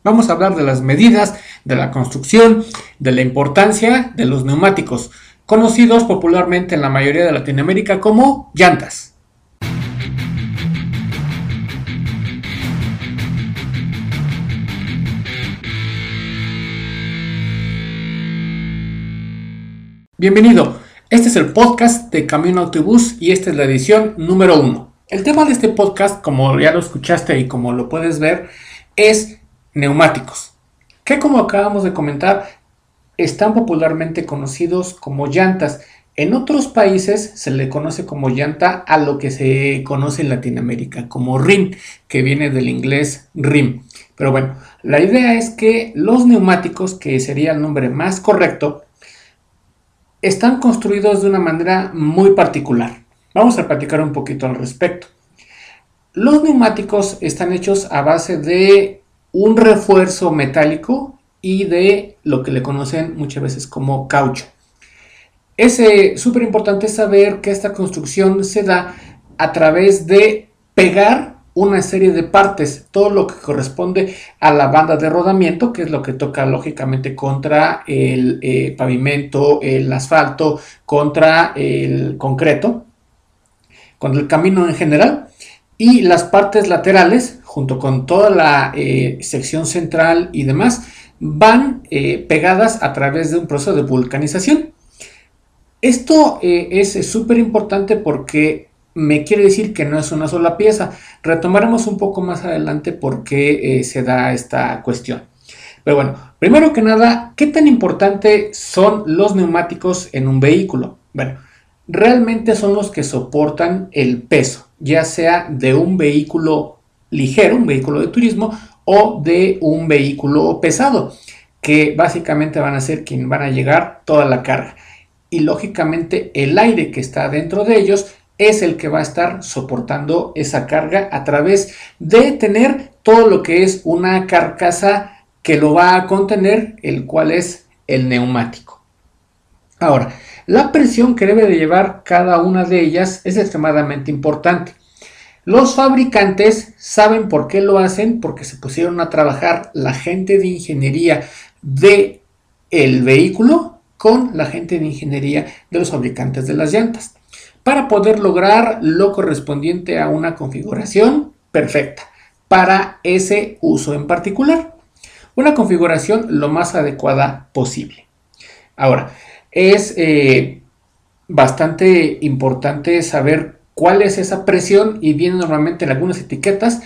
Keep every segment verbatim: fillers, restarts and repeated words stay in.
Vamos a hablar de las medidas, de la construcción, de la importancia de los neumáticos, conocidos popularmente en la mayoría de Latinoamérica como llantas. Bienvenido, este es el podcast de Camino Autobús y esta es la edición número uno. El tema de este podcast, como ya lo escuchaste y como lo puedes ver, es neumáticos, que como acabamos de comentar, están popularmente conocidos como llantas. En otros países se le conoce como llanta a lo que se conoce en Latinoamérica como rim, que viene del inglés rim. Pero bueno, la idea es que los neumáticos, que sería el nombre más correcto, están construidos de una manera muy particular. Vamos a platicar un poquito al respecto. Los neumáticos están hechos a base de un refuerzo metálico y de lo que le conocen muchas veces como caucho. Es súper importante saber que esta construcción se da a través de pegar una serie de partes, todo lo que corresponde a la banda de rodamiento, que es lo que toca lógicamente contra el eh, pavimento, el asfalto, contra el concreto, contra el camino en general, y las partes laterales, junto con toda la eh, sección central y demás, van eh, pegadas a través de un proceso de vulcanización. Esto eh, es súper importante porque me quiere decir que no es una sola pieza. Retomaremos un poco más adelante por qué eh, se da esta cuestión. Pero bueno, primero que nada, ¿qué tan importante son los neumáticos en un vehículo? Bueno, realmente son los que soportan el peso, ya sea de un vehículo ligero, un vehículo de turismo, o de un vehículo pesado, que básicamente van a ser quienes van a llegar toda la carga. Y lógicamente el aire que está dentro de ellos es el que va a estar soportando esa carga a través de tener todo lo que es una carcasa que lo va a contener, el cual es el neumático. Ahora, la presión que debe de llevar cada una de ellas es extremadamente importante. Los fabricantes saben por qué lo hacen, porque se pusieron a trabajar la gente de ingeniería del vehículo con la gente de ingeniería de los fabricantes de las llantas, para poder lograr lo correspondiente a una configuración perfecta para ese uso en particular. Una configuración lo más adecuada posible. Ahora, es eh, bastante importante saber cuál es esa presión y viene normalmente en algunas etiquetas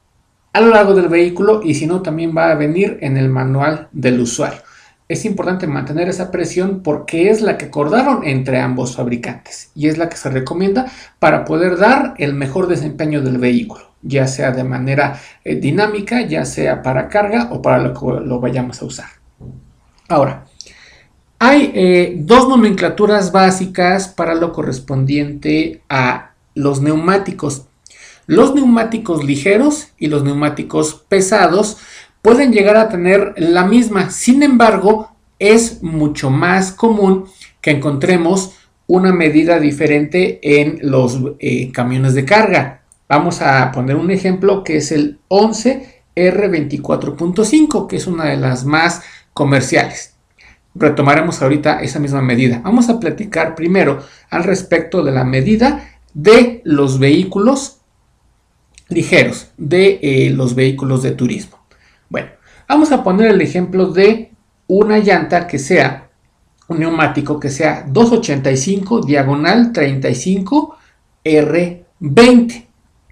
a lo largo del vehículo y si no también va a venir en el manual del usuario. Es importante mantener esa presión porque es la que acordaron entre ambos fabricantes y es la que se recomienda para poder dar el mejor desempeño del vehículo, ya sea de manera eh, dinámica, ya sea para carga o para lo que lo vayamos a usar. Ahora, hay eh, dos nomenclaturas básicas para lo correspondiente a los neumáticos. Los neumáticos ligeros y los neumáticos pesados pueden llegar a tener la misma, sin embargo, es mucho más común que encontremos una medida diferente en los eh, camiones de carga. Vamos a poner un ejemplo que es el once R veinticuatro punto cinco, que es una de las más comerciales. Retomaremos ahorita esa misma medida. Vamos a platicar primero al respecto de la medida de los vehículos ligeros, de eh, los vehículos de turismo. Bueno, vamos a poner el ejemplo de una llanta que sea un neumático que sea doscientos ochenta y cinco diagonal treinta y cinco R veinte.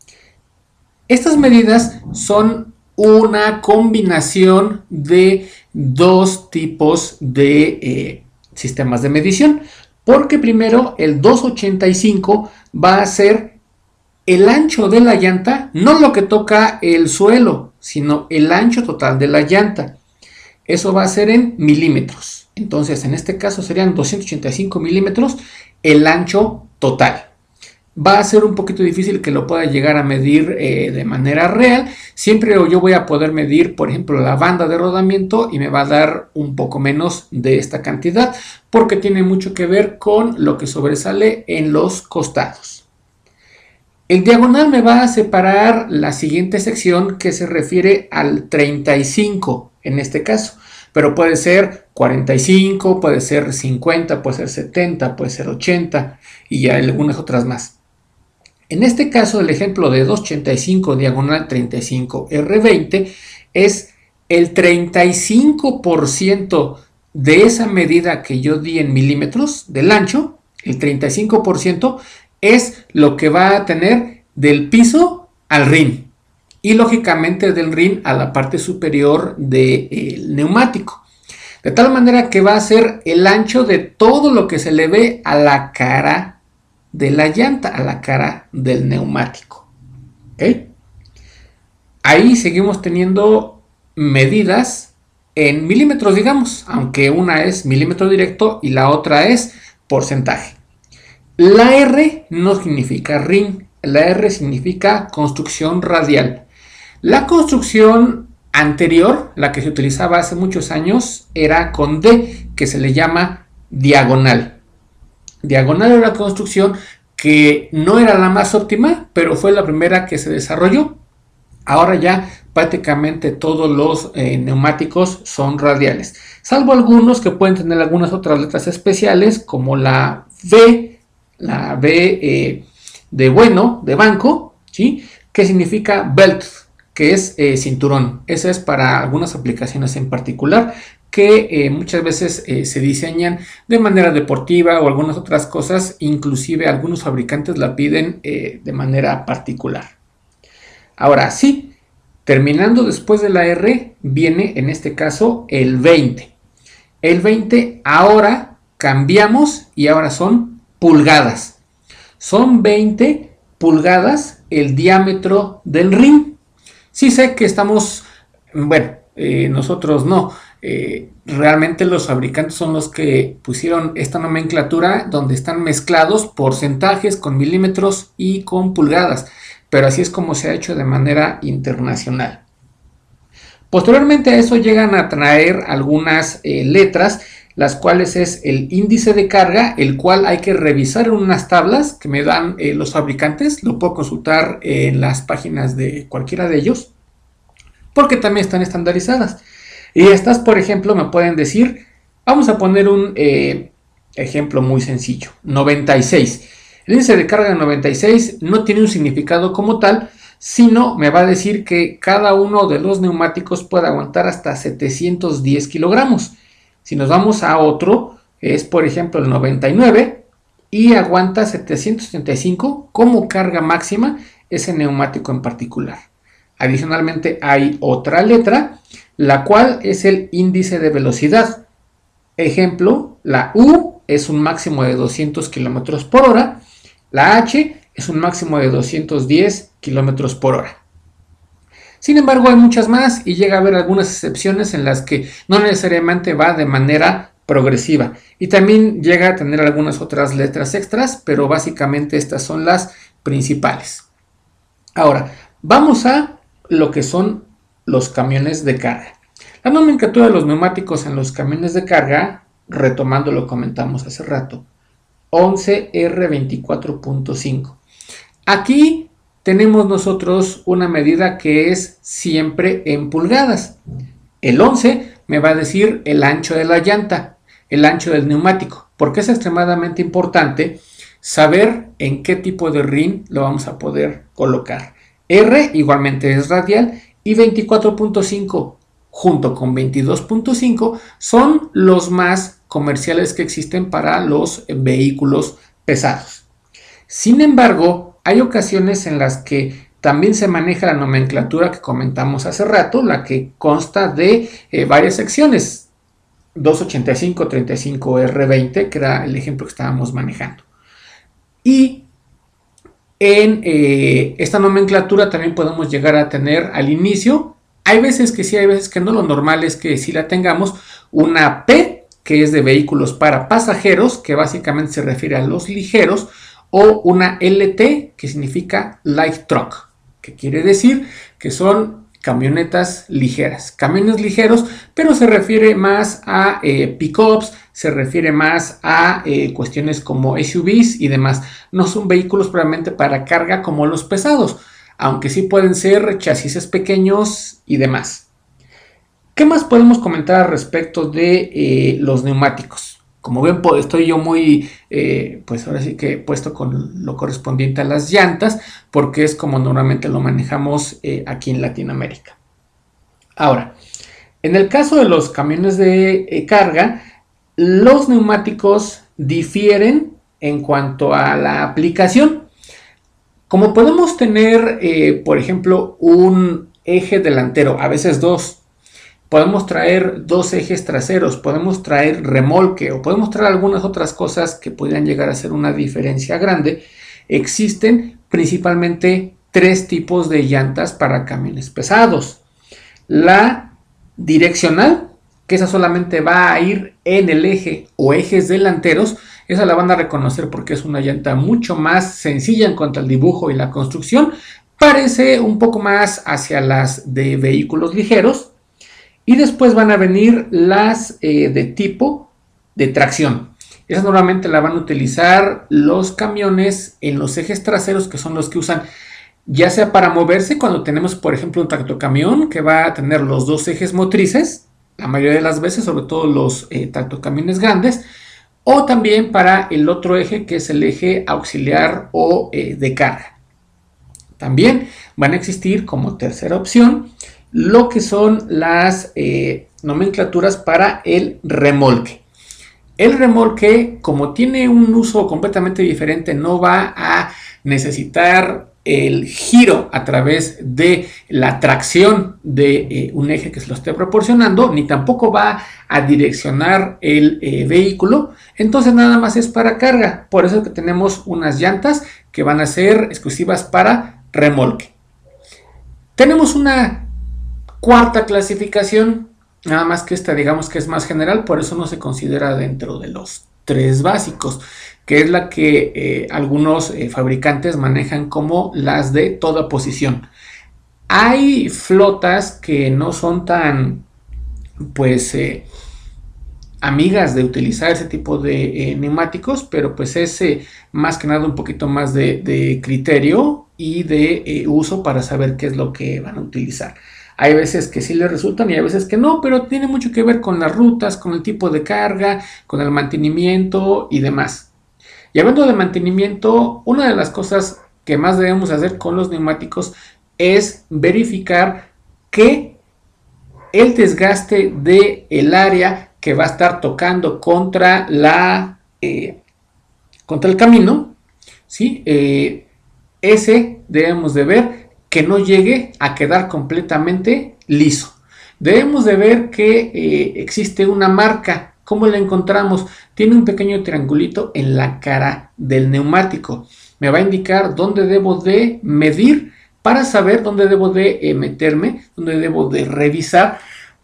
Estas medidas son una combinación de dos tipos de eh, sistemas de medición, porque primero el doscientos ochenta y cinco va a ser el ancho de la llanta, no lo que toca el suelo, sino el ancho total de la llanta. Eso va a ser en milímetros. Entonces, en este caso serían doscientos ochenta y cinco milímetros el ancho total. Va a ser un poquito difícil que lo pueda llegar a medir eh, de manera real. Siempre yo voy a poder medir, por ejemplo, la banda de rodamiento y me va a dar un poco menos de esta cantidad porque tiene mucho que ver con lo que sobresale en los costados. El diagonal me va a separar la siguiente sección que se refiere al treinta y cinco en este caso, pero puede ser cuarenta y cinco, puede ser cincuenta, puede ser setenta, puede ser ochenta y algunas otras más. En este caso, el ejemplo de doscientos ochenta y cinco diagonal treinta y cinco R veinte es el treinta y cinco por ciento de esa medida que yo di en milímetros del ancho, el treinta y cinco por ciento es lo que va a tener del piso al rin y lógicamente del rin a la parte superior del neumático. De tal manera que va a ser el ancho de todo lo que se le ve a la cara de la llanta, a la cara del neumático. ¿Okay? Ahí seguimos teniendo medidas en milímetros, digamos, aunque una es milímetro directo y la otra es porcentaje. La R no significa rin, la R significa construcción radial. La construcción anterior, la que se utilizaba hace muchos años, era con D, que se le llama diagonal. Diagonal era la construcción que no era la más óptima, pero fue la primera que se desarrolló. Ahora ya prácticamente todos los eh, neumáticos son radiales, salvo algunos que pueden tener algunas otras letras especiales, como la V, la B eh, de bueno, de banco, ¿sí? Que significa belt, que es eh, cinturón. Esa es para algunas aplicaciones en particular que eh, muchas veces eh, se diseñan de manera deportiva o algunas otras cosas, inclusive algunos fabricantes la piden eh, de manera particular. Ahora sí, terminando después de la R, viene en este caso el veinte. El veinte ahora cambiamos y ahora son pulgadas. Son veinte pulgadas el diámetro del rin. Sí sé que estamos, bueno, eh, nosotros no. Eh, realmente los fabricantes son los que pusieron esta nomenclatura donde están mezclados porcentajes con milímetros y con pulgadas. Pero así es como se ha hecho de manera internacional. Posteriormente a eso llegan a traer algunas eh, letras, las cuales es el índice de carga, el cual hay que revisar en unas tablas que me dan eh, los fabricantes. Lo puedo consultar en las páginas de cualquiera de ellos, porque también están estandarizadas. Y estas, por ejemplo, me pueden decir, vamos a poner un eh, ejemplo muy sencillo, noventa y seis. El índice de carga de noventa y seis no tiene un significado como tal, sino me va a decir que cada uno de los neumáticos puede aguantar hasta setecientos diez kilogramos. Si nos vamos a otro, es por ejemplo el noventa y nueve y aguanta setecientos treinta y cinco como carga máxima ese neumático en particular. Adicionalmente hay otra letra, la cual es el índice de velocidad. Ejemplo, la U es un máximo de doscientos kilómetros por hora. La H es un máximo de doscientos diez kilómetros por hora. Sin embargo, hay muchas más y llega a haber algunas excepciones en las que no necesariamente va de manera progresiva. Y también llega a tener algunas otras letras extras, pero básicamente estas son las principales. Ahora, vamos a lo que son los camiones de carga. La nomenclatura de los neumáticos en los camiones de carga, retomando lo que comentamos hace rato, once R veinticuatro punto cinco. Aquí tenemos nosotros una medida que es siempre en pulgadas. El once me va a decir el ancho de la llanta, el ancho del neumático, porque es extremadamente importante saber en qué tipo de rin lo vamos a poder colocar. R igualmente es radial y veinticuatro punto cinco junto con veintidós punto cinco son los más comerciales que existen para los vehículos pesados. Sin embargo, hay ocasiones en las que también se maneja la nomenclatura que comentamos hace rato, la que consta de eh, varias secciones, doscientos ochenta y cinco, treinta y cinco R veinte, que era el ejemplo que estábamos manejando. Y en eh, esta nomenclatura también podemos llegar a tener al inicio, hay veces que sí, hay veces que no, lo normal es que sí la tengamos, una P, que es de vehículos para pasajeros, que básicamente se refiere a los ligeros, o una L T, que significa Light Truck, que quiere decir que son camionetas ligeras, camiones ligeros, pero se refiere más a eh, pickups, se refiere más a eh, cuestiones como S U Vs y demás. No son vehículos probablemente para carga como los pesados, aunque sí pueden ser chasis pequeños y demás. ¿Qué más podemos comentar al respecto de eh, los neumáticos? Como ven, estoy yo muy, eh, pues ahora sí que puesto con lo correspondiente a las llantas, porque es como normalmente lo manejamos eh, aquí en Latinoamérica. Ahora, en el caso de los camiones de eh, carga, los neumáticos difieren en cuanto a la aplicación. Como podemos tener, eh, por ejemplo, un eje delantero, a veces dos, podemos traer dos ejes traseros, podemos traer remolque o podemos traer algunas otras cosas que podrían llegar a ser una diferencia grande. Existen principalmente tres tipos de llantas para camiones pesados. La direccional, que esa solamente va a ir en el eje o ejes delanteros, esa la van a reconocer porque es una llanta mucho más sencilla en cuanto al dibujo y la construcción, parece un poco más hacia las de vehículos ligeros. Y después van a venir las eh, de tipo de tracción. Esas normalmente la van a utilizar los camiones en los ejes traseros, que son los que usan ya sea para moverse cuando tenemos, por ejemplo, un tractocamión que va a tener los dos ejes motrices, la mayoría de las veces, sobre todo los eh, tractocamiones grandes, o también para el otro eje que es el eje auxiliar o eh, de carga. También van a existir como tercera opción lo que son las eh, nomenclaturas para el remolque. El remolque, como tiene un uso completamente diferente, no va a necesitar el giro a través de la tracción de eh, un eje que se lo esté proporcionando, ni tampoco va a direccionar el eh, vehículo. Entonces nada más es para carga. Por eso es que tenemos unas llantas que van a ser exclusivas para remolque. Tenemos una cuarta clasificación, nada más que esta digamos que es más general, por eso no se considera dentro de los tres básicos, que es la que eh, algunos eh, fabricantes manejan como las de toda posición. Hay flotas que no son tan, pues, eh, amigas de utilizar ese tipo de eh, neumáticos, pero pues es eh, más que nada un poquito más de, de criterio y de eh, uso para saber qué es lo que van a utilizar. Hay veces que sí les resultan y hay veces que no, pero tiene mucho que ver con las rutas, con el tipo de carga, con el mantenimiento y demás. Y hablando de mantenimiento, una de las cosas que más debemos hacer con los neumáticos es verificar que el desgaste del área que va a estar tocando contra, la, eh, contra el camino, ¿sí? Eh, ese debemos de ver que no llegue a quedar completamente liso. Debemos de ver que eh, existe una marca. ¿Cómo la encontramos? Tiene un pequeño triangulito en la cara del neumático. Me va a indicar dónde debo de medir para saber dónde debo de eh, meterme, dónde debo de revisar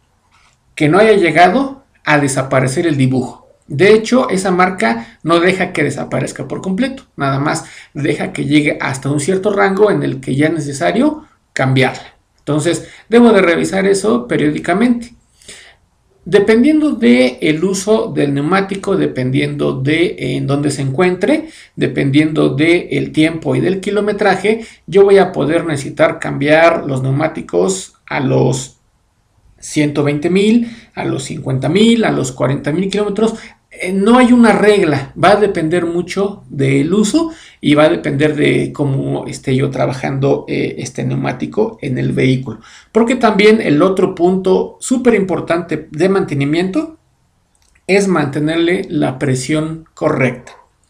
que no haya llegado a desaparecer el dibujo. De hecho, esa marca no deja que desaparezca por completo, nada más deja que llegue hasta un cierto rango en el que ya es necesario cambiarla. Entonces, debo de revisar eso periódicamente. Dependiendo del uso del neumático, dependiendo de en dónde se encuentre, dependiendo del tiempo y del kilometraje, yo voy a poder necesitar cambiar los neumáticos a los ciento veinte mil, a los cincuenta mil, a los cuarenta mil kilómetros. Eh, no hay una regla, va a depender mucho del uso y va a depender de cómo esté yo trabajando eh, este neumático en el vehículo. Porque también el otro punto súper importante de mantenimiento es mantenerle la presión correcta.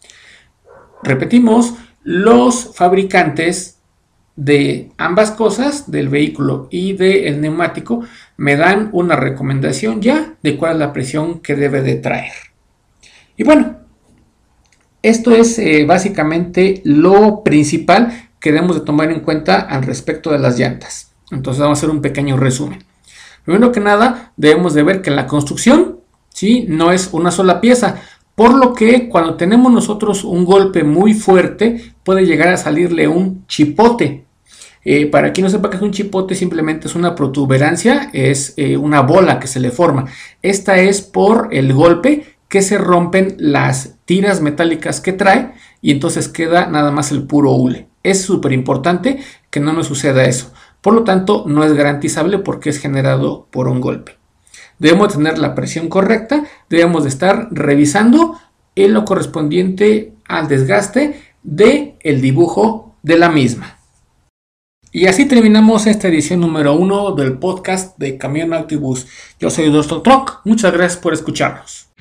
Repetimos, los fabricantes de ambas cosas, del vehículo y del neumático, me dan una recomendación ya de cuál es la presión que debe de traer. Y bueno, esto es eh, básicamente lo principal que debemos de tomar en cuenta al respecto de las llantas. Entonces vamos a hacer un pequeño resumen. Primero que nada, debemos de ver que la construcción, ¿sí?, no es una sola pieza, por lo que cuando tenemos nosotros un golpe muy fuerte puede llegar a salirle un chipote. Eh, para quien no sepa qué es un chipote, simplemente es una protuberancia, es eh, una bola que se le forma. Esta es por el golpe que se rompen las tiras metálicas que trae y entonces queda nada más el puro hule. Es súper importante que no nos suceda eso. Por lo tanto, no es garantizable porque es generado por un golpe. Debemos tener la presión correcta, debemos de estar revisando en lo correspondiente al desgaste del dibujo de la misma. Y así terminamos esta edición número uno del podcast de Camión Auto y Bus. Yo soy doctor Troc, muchas gracias por escucharnos.